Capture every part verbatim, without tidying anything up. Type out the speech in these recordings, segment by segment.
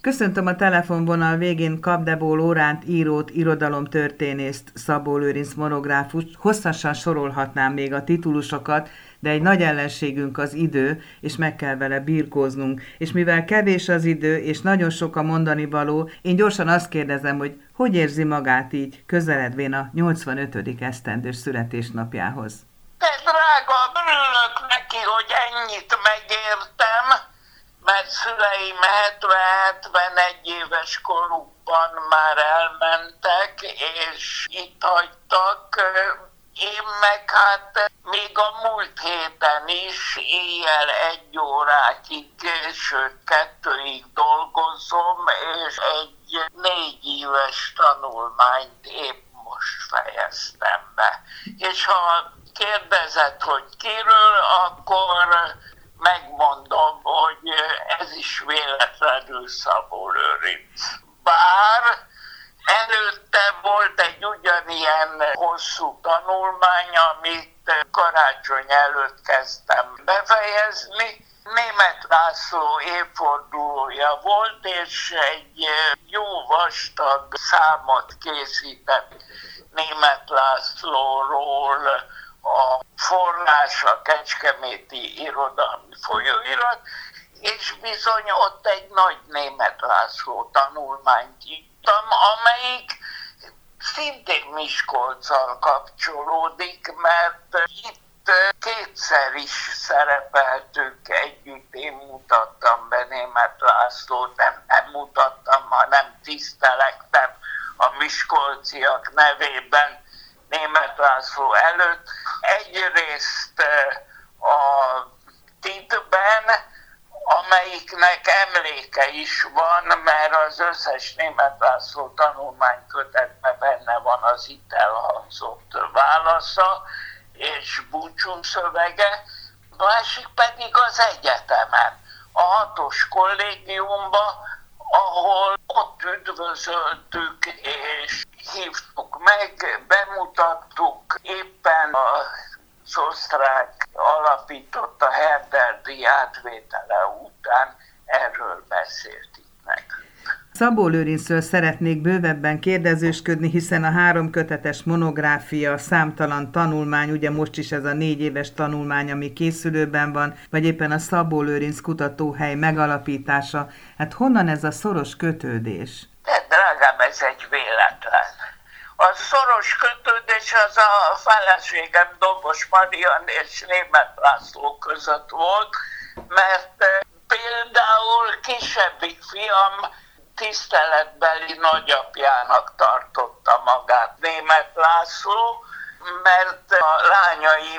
Köszöntöm a telefonvonal végén Kapdebó Lóránt írót, irodalomtörténészt, Szabó Lőrinc monográfust. Hosszasan sorolhatnám még a titulusokat, de egy nagy ellenségünk az idő, és meg kell vele birkóznunk. És mivel kevés az idő, és nagyon sok a mondani való, én gyorsan azt kérdezem, hogy hogy érzi magát így, közeledvén a nyolcvanötödik esztendős születésnapjához? De drága, örülök neki, hogy ennyit megértem, mert szüleim hetven-hetvenegy éves korukban már elmentek, és itt hagytak. Én meg hát még a múlt héten is éjjel egy órákig, sőt kettőig dolgozom, és egy négy éves tanulmányt épp most fejeztem be. És ha kérdezett, hogy kiről, akkor megmondom, hogy ez is véletlenül Szabó Lőrinc. Bár előtte volt egy ugyanilyen hosszú tanulmány, amit karácsony előtt kezdtem befejezni. Németh László évfordulója volt, és egy jó vastag számot készített Németh Lászlóról a Forrás, a Kecskeméti Irodalmi Folyóirat, és bizony ott egy nagy Németh László tanulmányt írtam, amelyik szintén Miskolccal kapcsolódik, mert itt kétszer is szerepeltünk együtt, én mutattam be Németh Lászlót, nem, nem mutattam, hanem tisztelektem a miskolciak nevében Németh László előtt. Egyrészt a Titben, amelyiknek emléke is van, mert az összes Németh László tanulmánykötetben benne van az itt elhangzott válasza és búcsúszövege, másik pedig az egyetemen, a hatos kollégiumban, ahol ott üdvözöltük és hívtuk meg, bemutattuk, éppen az osztrák alapította Herder-díj átvétele után erről beszélt itt nekünk. Szabó Lőrincről szeretnék bővebben kérdezősködni, hiszen a három kötetes monográfia, számtalan tanulmány, ugye most is ez a négy éves tanulmány, ami készülőben van, vagy éppen a Szabó Lőrinc kutatóhely megalapítása. Hát honnan ez a szoros kötődés? De drágám, ez egy véletlen. A szoros kötődés az a feleségem Dobos Marian és Németh László között volt, mert például kisebbik fiam tiszteletbeli nagyapjának tartotta magát Németh László, mert a lányaim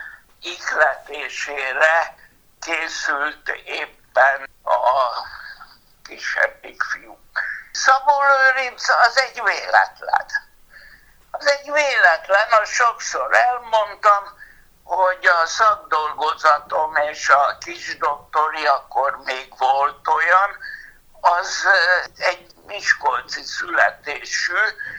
ihletésére készült éppen a kisebbik fiú. Szabó Lőrinc az egy véletlen. Az egy véletlen, azt sokszor elmondtam, hogy a szakdolgozatom és a kisdoktori, akkor még volt olyan, az egy miskolci születésű,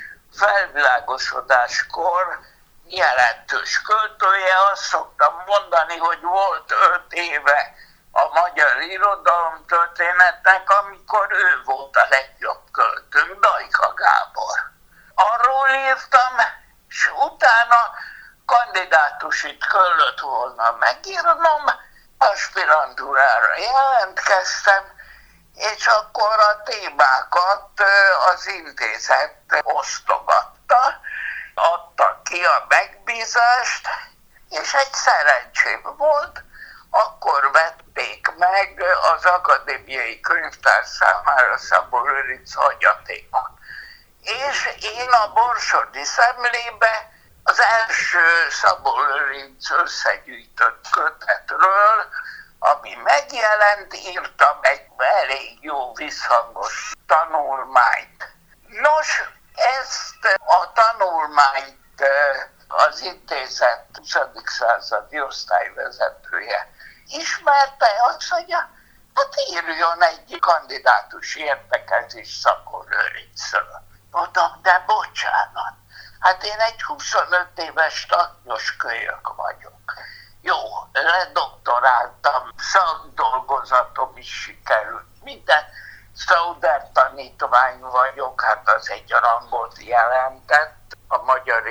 felvilágosodáskor jelentős költője. Azt szoktam mondani, hogy volt öt éve a magyar irodalomtörténetnek, amikor ő volt a legjobb költőnk, Dajka Gábor. Arról írtam, és utána kandidátusit kellett volna megírnom, aspirantúrára jelentkeztem, és akkor a témákat az intézet osztogatta, adta ki a megbízást, és egy szerencsém volt, akkor vették meg az Akadémiai Könyvtár számára Szabó Lőrinc hagyatékot. És én a Borsodi Szemlébe az első Szabó Lőrinc összegyűjtött kötetről, ami megjelent, írtam egy elég jó visszhangos tanulmányt. Nos, ezt a tanulmányt az intézet huszadik századi osztályvezetője ismerte, azt mondja, hát írjon egy kandidátusi értekezés Szabó Lőrincről. Mondom, de bocsánat, hát én egy huszonöt éves taknyos kölyök vagyok. Jó, ledoktoráltam, szakdolgozatom is sikerült, minden, Szauder tanítvány vagyok, hát az egy rangot jelentett a magyar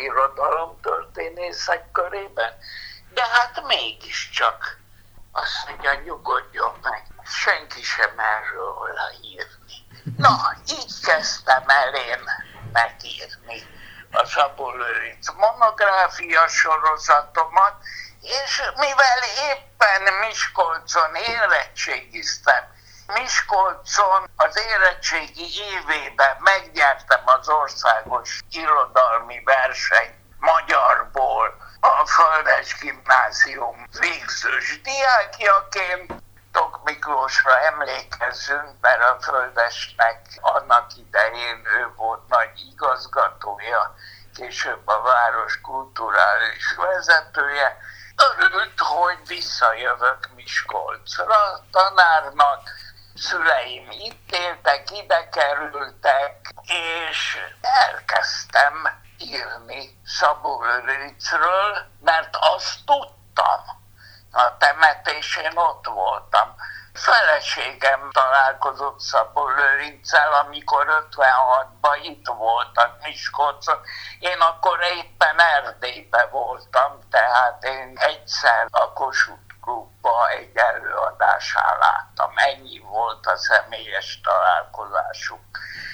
irodalomtörténészek körében, de hát mégiscsak azt mondja, nyugodjon meg, senki sem erről volna írni. Na, így kezdtem el én megírni a Szabó Lőrinc monográfia sorozatomat, és mivel éppen Miskolcon érettségiztem, Miskolcon az érettségi évében megnyertem az országos irodalmi versenyt magyarból, a Földes Gimnázium végzős diákjaként. Tóth Miklósra emlékezzünk, mert a Földesnek annak idején ő volt nagy igazgatója, később a város kulturális vezetője. Örült, hogy visszajövök Miskolcra tanárnak, szüleim itt éltek, ide kerültek, és elkezdtem írni Szabó Lőrincről, mert azt tudtam. A temetésén ott voltam. Feleségem találkozott Szabó Lőrinccel, amikor ötvenhatban itt voltak Miskolcon. Én akkor éppen Erdélyben voltam, tehát én egyszer a Kossuth Klubban egy előadásán láttam. Ennyi volt a személyes találkozásunk.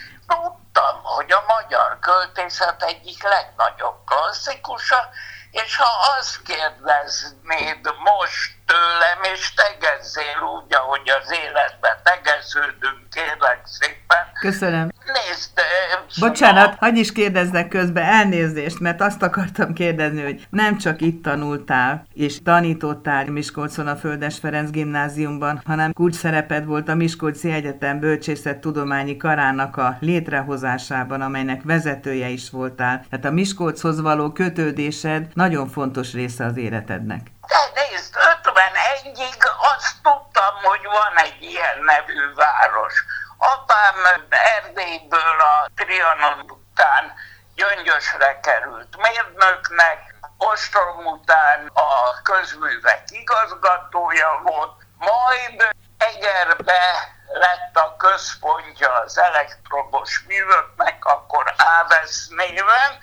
Tudtam, hogy a magyar költészet egyik legnagyobb klasszikusa, és ha azt kérdeznéd most tőlem, és tegezzél úgy, ahogy az életben tegeződünk, kérlek szépen. Köszönöm. Nézd, Bocsánat, hagyj is kérdezzek közben, elnézést, mert azt akartam kérdezni, hogy nem csak itt tanultál, és tanítottál Miskolcon a Földes Ferenc Gimnáziumban, hanem kulcsszereped volt a Miskolci Egyetem Bölcsészettudományi Karának a létrehozásában, amelynek vezetője is voltál. Tehát a Miskolchoz való kötődésed nagyon fontos része az életednek. De nézd, ötvenegyig azt tudtam, hogy van egy ilyen nevű város. Apám Erdélyből a Trianon után Gyöngyösre került mérnöknek, ostrom után a közművek igazgatója volt, majd Egerbe lett a központja az elektromos művöknek, akkor Ávesz néven,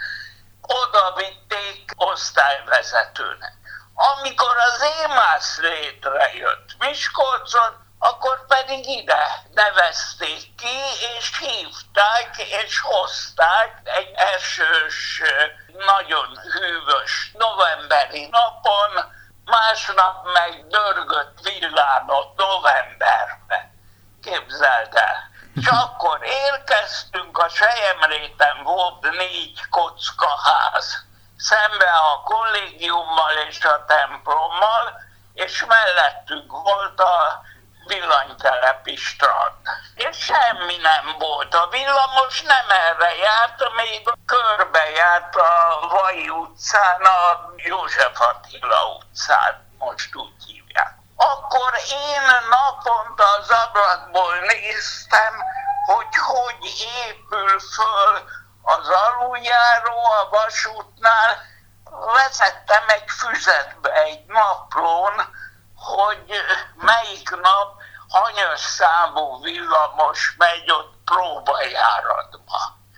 oda vitték osztályvezetőnek. Amikor az émász létrejött Miskolcon, akkor pedig ide nevezték ki, és hívták, és hozták egy esős, nagyon hűvös novemberi napon, másnap meg dörgött villámot novemberbe. Képzeld el! És akkor érkeztünk, a Selyemréten volt négy kockaház, szembe a kollégiummal és a templommal, és mellettünk volt a villanytelepi strand. És semmi nem volt. A villamos nem erre járt, még körbe járt a Vai utcán, a József Attila utcán, most úgy hívják. Akkor én naponta az ablakból néztem, hogy hogy épül föl az aluljáró a vasútnál. Vezettem egy füzetbe egy naplón, hogy melyik nap hanyas számú villamos megy ott próbajáratba.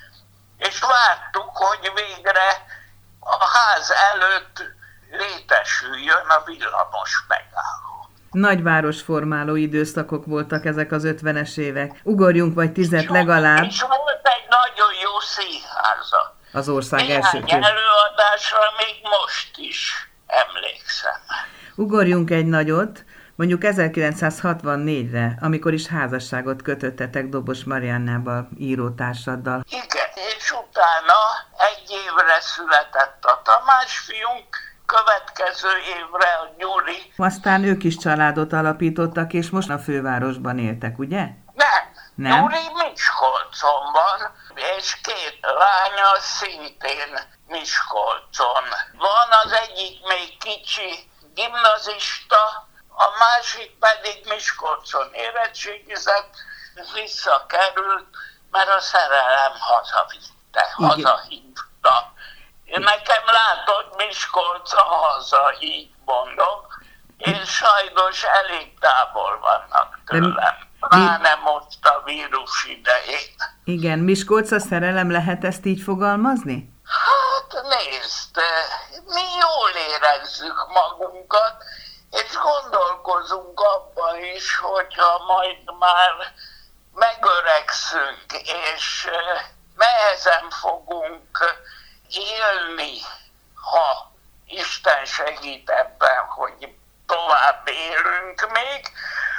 És vártuk, hogy végre a ház előtt létesüljön a villamos megálló. Nagyvárosformáló időszakok voltak ezek az ötvenes évek. Ugorjunk vagy tizet legalább. És volt egy nagyon jó színháza. Az ország Néhány első kép. előadásra még most is emlékszem. Ugorjunk egy nagyot, mondjuk ezerkilencszázhatvannégyre, amikor is házasságot kötöttetek Dobos Mariannával, írótársaddal. Igen, és utána egy évre született a Tamás fiunk, következő évre a Gyuri. Aztán ők is családot alapítottak, és most a fővárosban éltek, ugye? Nem, Nem? Gyuri Miskolcon van, és két lánya szintén Miskolcon. Van az egyik még kicsi gimnazista, a másik pedig Miskolcon érettségizett, visszakerült, mert a szerelem hazavitte, hazahívta. Nekem látod, Miskolc a haza, így mondom, és sajnos elég távol vannak tőlem. pláne most a vírus idején. Igen, Miskolc a szerelem, lehet ezt így fogalmazni? Hát nézd, mi jól érezzük magunkat, és gondolkozunk abban is, hogyha majd már megöregszünk, és nehezen fogunk élni, ha Isten segít ebben, hogy tovább élünk még,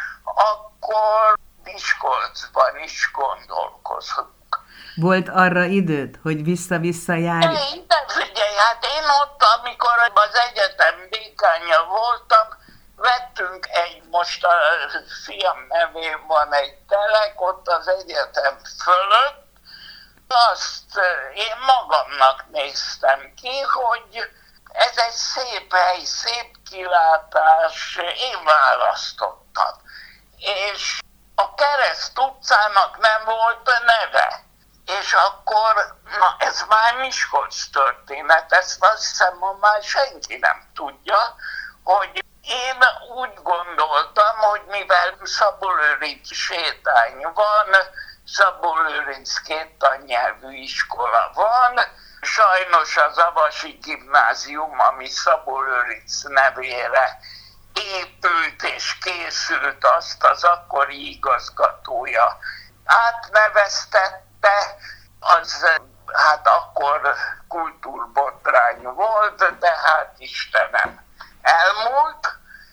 akkor Miskolcban is gondolkozunk. Volt arra időd, hogy vissza-vissza járj? De figyelj, hát én ott, amikor az egyetem dékánja voltam, vettünk egy, most a fiam nevén van egy telek, ott az egyetem fölött, azt én magamnak néztem ki, hogy ez egy szép hely, szép kilátás, én választottam. És a Kereszt utcának nem volt neve. És akkor, na ez már Miskolc történet, ezt azt hiszem, hogy már senki nem tudja, hogy én úgy gondoltam, hogy mivel Szabó-Lőrinc sétány van, Szabó-Lőrinc két tannyelvű iskola van, sajnos az Avasi Gimnázium, ami Szabó-Lőrinc nevére épült és készült, azt az akkori igazgatója átneveztette, az hát akkor kultúrbotrány volt, de hát Istenem elmúlt,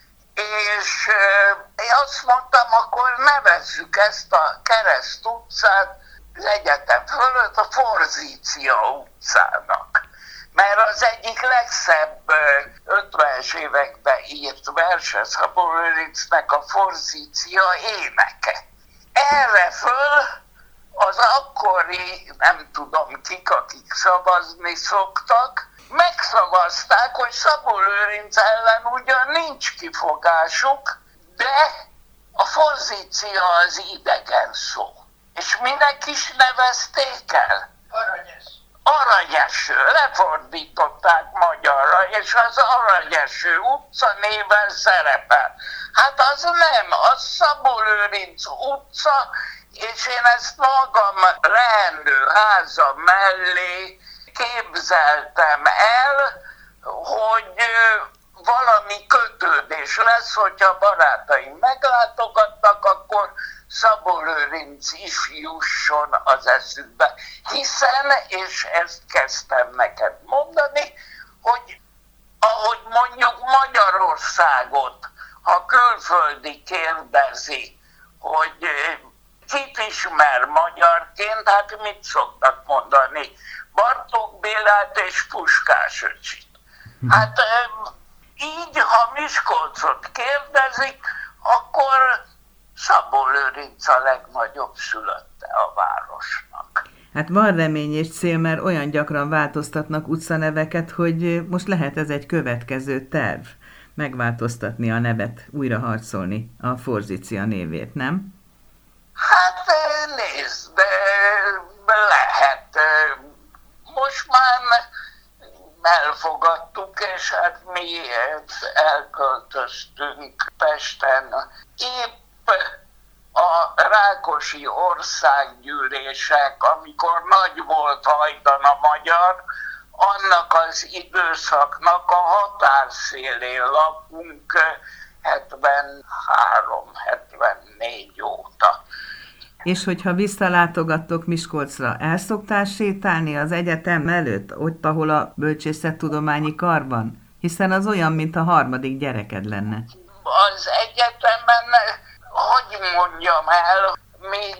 és én azt mondtam, akkor nevezzük ezt a Kereszt utcát az egyetem fölött a Forzícia utcának. Mert az egyik legszebb ötvenes években írt verse Szabó-Lőrincnek a Forzícia éneke. Erre föl az akkori, nem tudom kik, akik szavazni szoktak, megszavazták, hogy Szabó-Lőrinc ellen ugyan nincs kifogásuk, de a Forzícia az idegen szó. És minek is nevezték el? Aranyes. Aranyeső, lefordították magyarra, és az Aranyeső utca néven szerepel. Hát az nem, az Szabó-Lőrinc utca, és én ezt magam leendő háza mellé képzeltem el, hogy valami kötődés lesz, hogyha barátaim meglátogatnak, akkor Szabó-Lőrinc is jusson az eszükbe. Hiszen, és ezt kezdtem neked mondani, hogy ahogy mondjuk Magyarországot, ha külföldi kérdezi, hogy kit ismer magyarként, hát mit szoktak mondani? Bartók Bélát és Puskás öcsit. Hát így, ha Miskolcot kérdezik, akkor Szabó-Lőrinc a legnagyobb szülötte a városnak. Hát van remény és cél, mert olyan gyakran változtatnak utcaneveket, hogy most lehet ez egy következő terv. Megváltoztatni a nevet, újra harcolni a Forzícia névét, nem? Hát nézd, de lehet. Most már elfogadtuk, és hát mi elköltöztünk Pesten. Épp a Rákosi országgyűlések, amikor nagy volt hajdan a magyar, annak az időszaknak a határszélén lakunk hetvenhárom hetvennégy óta. És hogyha visszalátogattok Miskolcra, el szoktál sétálni az egyetem előtt, ott, ahol a bölcsészettudományi kar van? Hiszen az olyan, mint a harmadik gyereked lenne. Az egyetemen, hogy mondjam el, még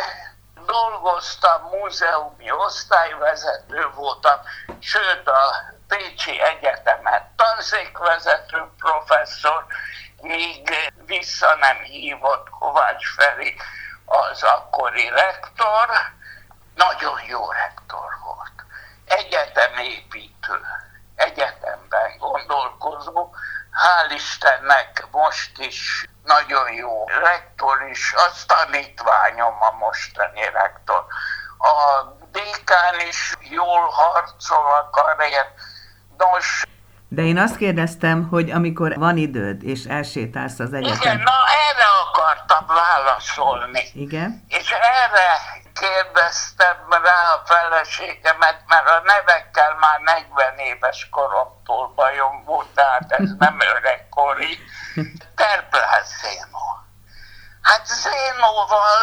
dolgoztam, múzeumi osztályvezető voltam, sőt a Pécsi Egyetemet tanszékvezető professzor, míg vissza nem hívott Kovács Feri, az akkori rektor, nagyon jó rektor volt. Egyetemépítő, egyetemben gondolkozó, hál' Istennek most is nagyon jó rektor is, az tanítványom a mostani rektor. A dékán is jól harcol a karért. Nos, de én azt kérdeztem, hogy amikor van időd és elsétálsz az egyetem... Igen, na erre akar akartam válaszolni. Igen. És erre kérdeztem rá a feleségemet, mert a nevekkel már negyven éves koromtól bajom volt, tehát ez nem öregkori. Terplász Zénó. Hát Zénóval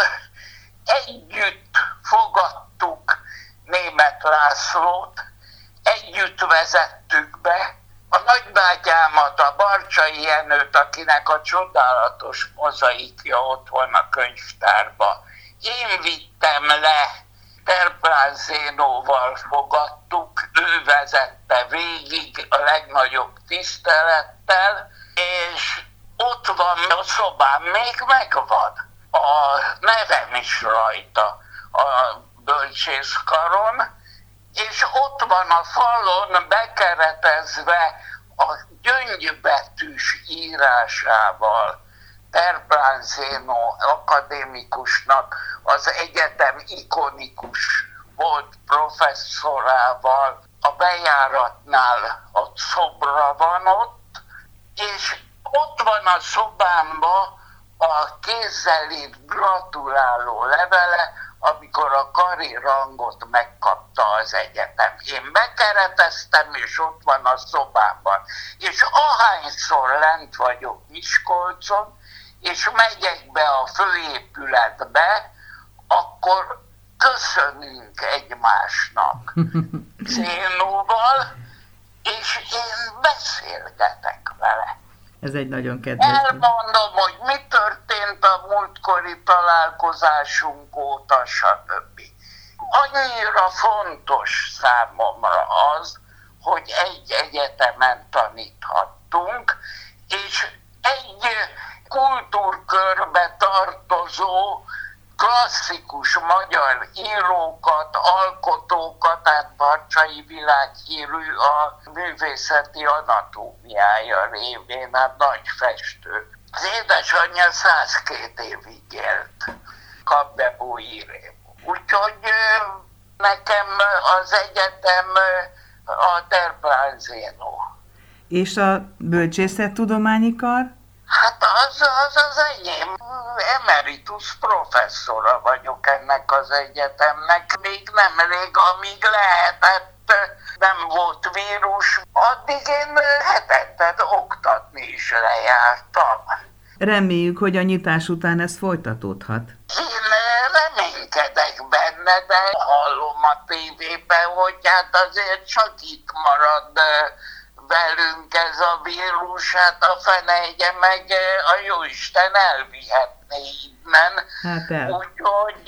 együtt fogadtuk Németh Lászlót, együtt vezettük be a nagybátyámat, a Barcsay Jenőt, akinek a csodálatos mozaikja ott van a könyvtárban. Én vittem le, Terplász Zénóval fogadtuk, ő vezette végig a legnagyobb tisztelettel, és ott van a szobám, még megvan. A nevem is rajta a bölcsészkaron, és ott van a falon bekeretezve a gyöngybetűs írásával Terplász Zénó akadémikusnak, az egyetem ikonikus volt professzorával, a bejáratnál a szobra van ott, és ott van a szobámban a kézzel írt gratuláló levele, amikor a kari rangot megkapta az egyetem. Én bekereteztem, és ott van a szobámban. És ahányszor lent vagyok Miskolcon, és megyek be a főépületbe, akkor köszönünk egymásnak Zénóval, és én beszélgetek vele. Ez egy nagyon kedves. Elmondom, hogy mi történt a múltkori találkozásunk óta, stb. Annyira fontos számomra az, hogy egy egyetemen taníthattunk, és egy kultúrkörbe tartozó klasszikus magyar írókat, alkotókat, tehát Barcsay világhírű a művészeti anatómiája révén, a nagy festő. Az édesanyja százkét évig élt Kapdebó-Iréból. Úgyhogy nekem az egyetem a Terplász Zénó. És a bölcsészettudományi kar? Hát az, az az enyém. Emeritus professzora vagyok ennek az egyetemnek. Még nemrég, amíg lehetett, nem volt vírus, addig én hetente oktatni is lejártam. Reméljük, hogy a nyitás után ez folytatódhat. Én reménykedek benne, de hallom a tévében, hogy hát azért csak itt marad velünk ez a vírus, hát a fenegye meg a Jóisten elvihetné innen. Hát el. Úgyhogy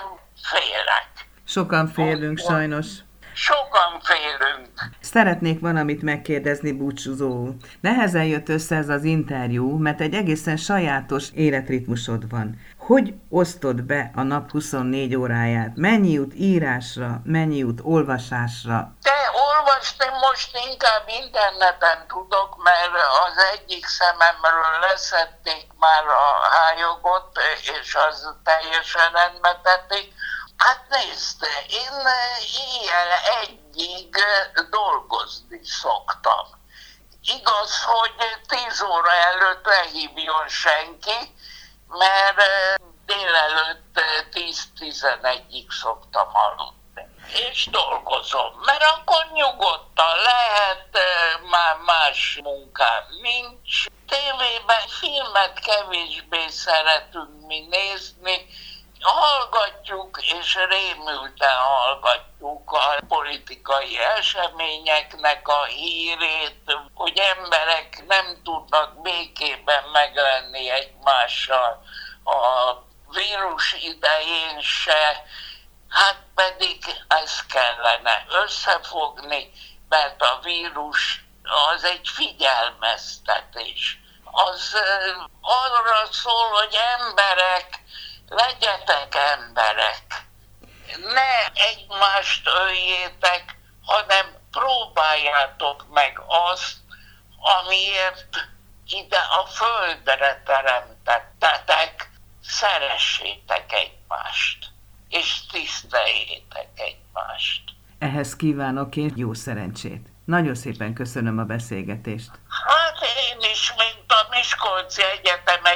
félek. Sokan félünk, Úgy, sajnos. Sokan félünk. Szeretnék valamit megkérdezni, búcsúzó. Nehezen jött össze ez az interjú, mert egy egészen sajátos életritmusod van. Hogy osztod be a nap huszonnégy óráját? Mennyi jut írásra, mennyi jut olvasásra? De olvasni most inkább interneten tudok, mert az egyik szememről leszették már a hályogot, és az teljesen rendbe tették. Hát nézd, én éjjel egyig dolgozni szoktam. Igaz, hogy tíz óra előtt ne hívjon senki, mert délelőtt tíz-tizenegyig szoktam aludni. És dolgozom, mert akkor nyugodtan lehet, már más munkám nincs. Tévében filmet kevésbé szeretünk mi nézni, hallgatjuk és rémülten hallgatjuk a politikai eseményeknek a hírét, hogy emberek nem tudnak békében meglenni egymással a vírus idején se, hát pedig ezt kellene összefogni, mert a vírus az egy figyelmeztetés. Az arra szól, hogy emberek, legyetek emberek, ne egymást öljétek, hanem próbáljátok meg azt, amiért ide a földre teremtettetek, szeressétek egymást, és tiszteljétek egymást. Ehhez kívánok én jó szerencsét. Nagyon szépen köszönöm a beszélgetést. Hát én is, mint a Miskolci Egyetem egyik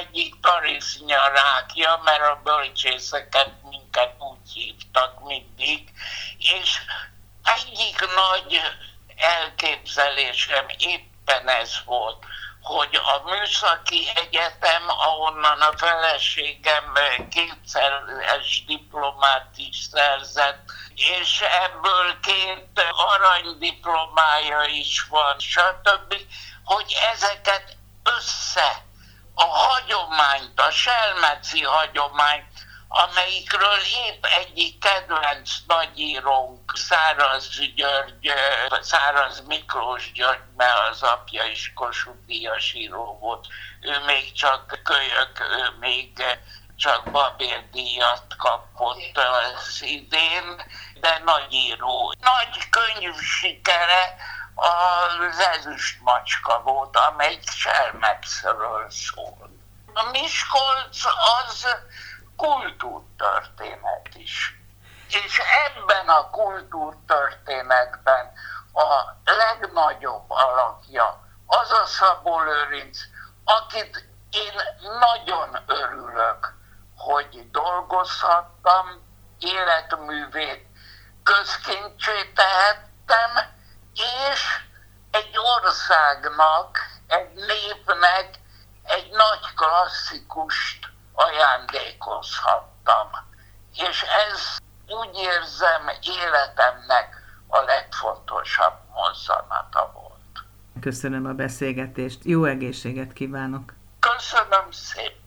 karisznya rákja, mert a bölcsészeket minket úgy hívtak mindig, és egyik nagy elképzelésem éppen ez volt, hogy a Műszaki Egyetem, ahonnan a feleségem kétszeres diplomát is szerzett, és ebből két aranydiplomája is van, stb., hogy ezeket össze, a hagyományt, a selmeci hagyományt, amelyikről épp egyik kedvenc nagyírónk, Száraz György, Száraz Miklós György, mert az apja is Kossuth Díjas író volt. Ő még csak kölyök, ő még csak babérdíjat kapott az idén, de nagyíró. Nagy könyv sikere az Ezüst macska volt, amelyik selmecről szól. A Miskolc az kultúrtörténet is. És ebben a kultúrtörténetben a legnagyobb alakja az a Szabó Lőrinc, akit én nagyon örülök, hogy dolgozhattam, életművét közkincsé tehettem, és egy országnak, egy népnek egy nagy klasszikust ajándékozhattam. És ez, úgy érzem, életemnek a legfontosabb mozzanata volt. Köszönöm a beszélgetést, jó egészséget kívánok! Köszönöm szépen!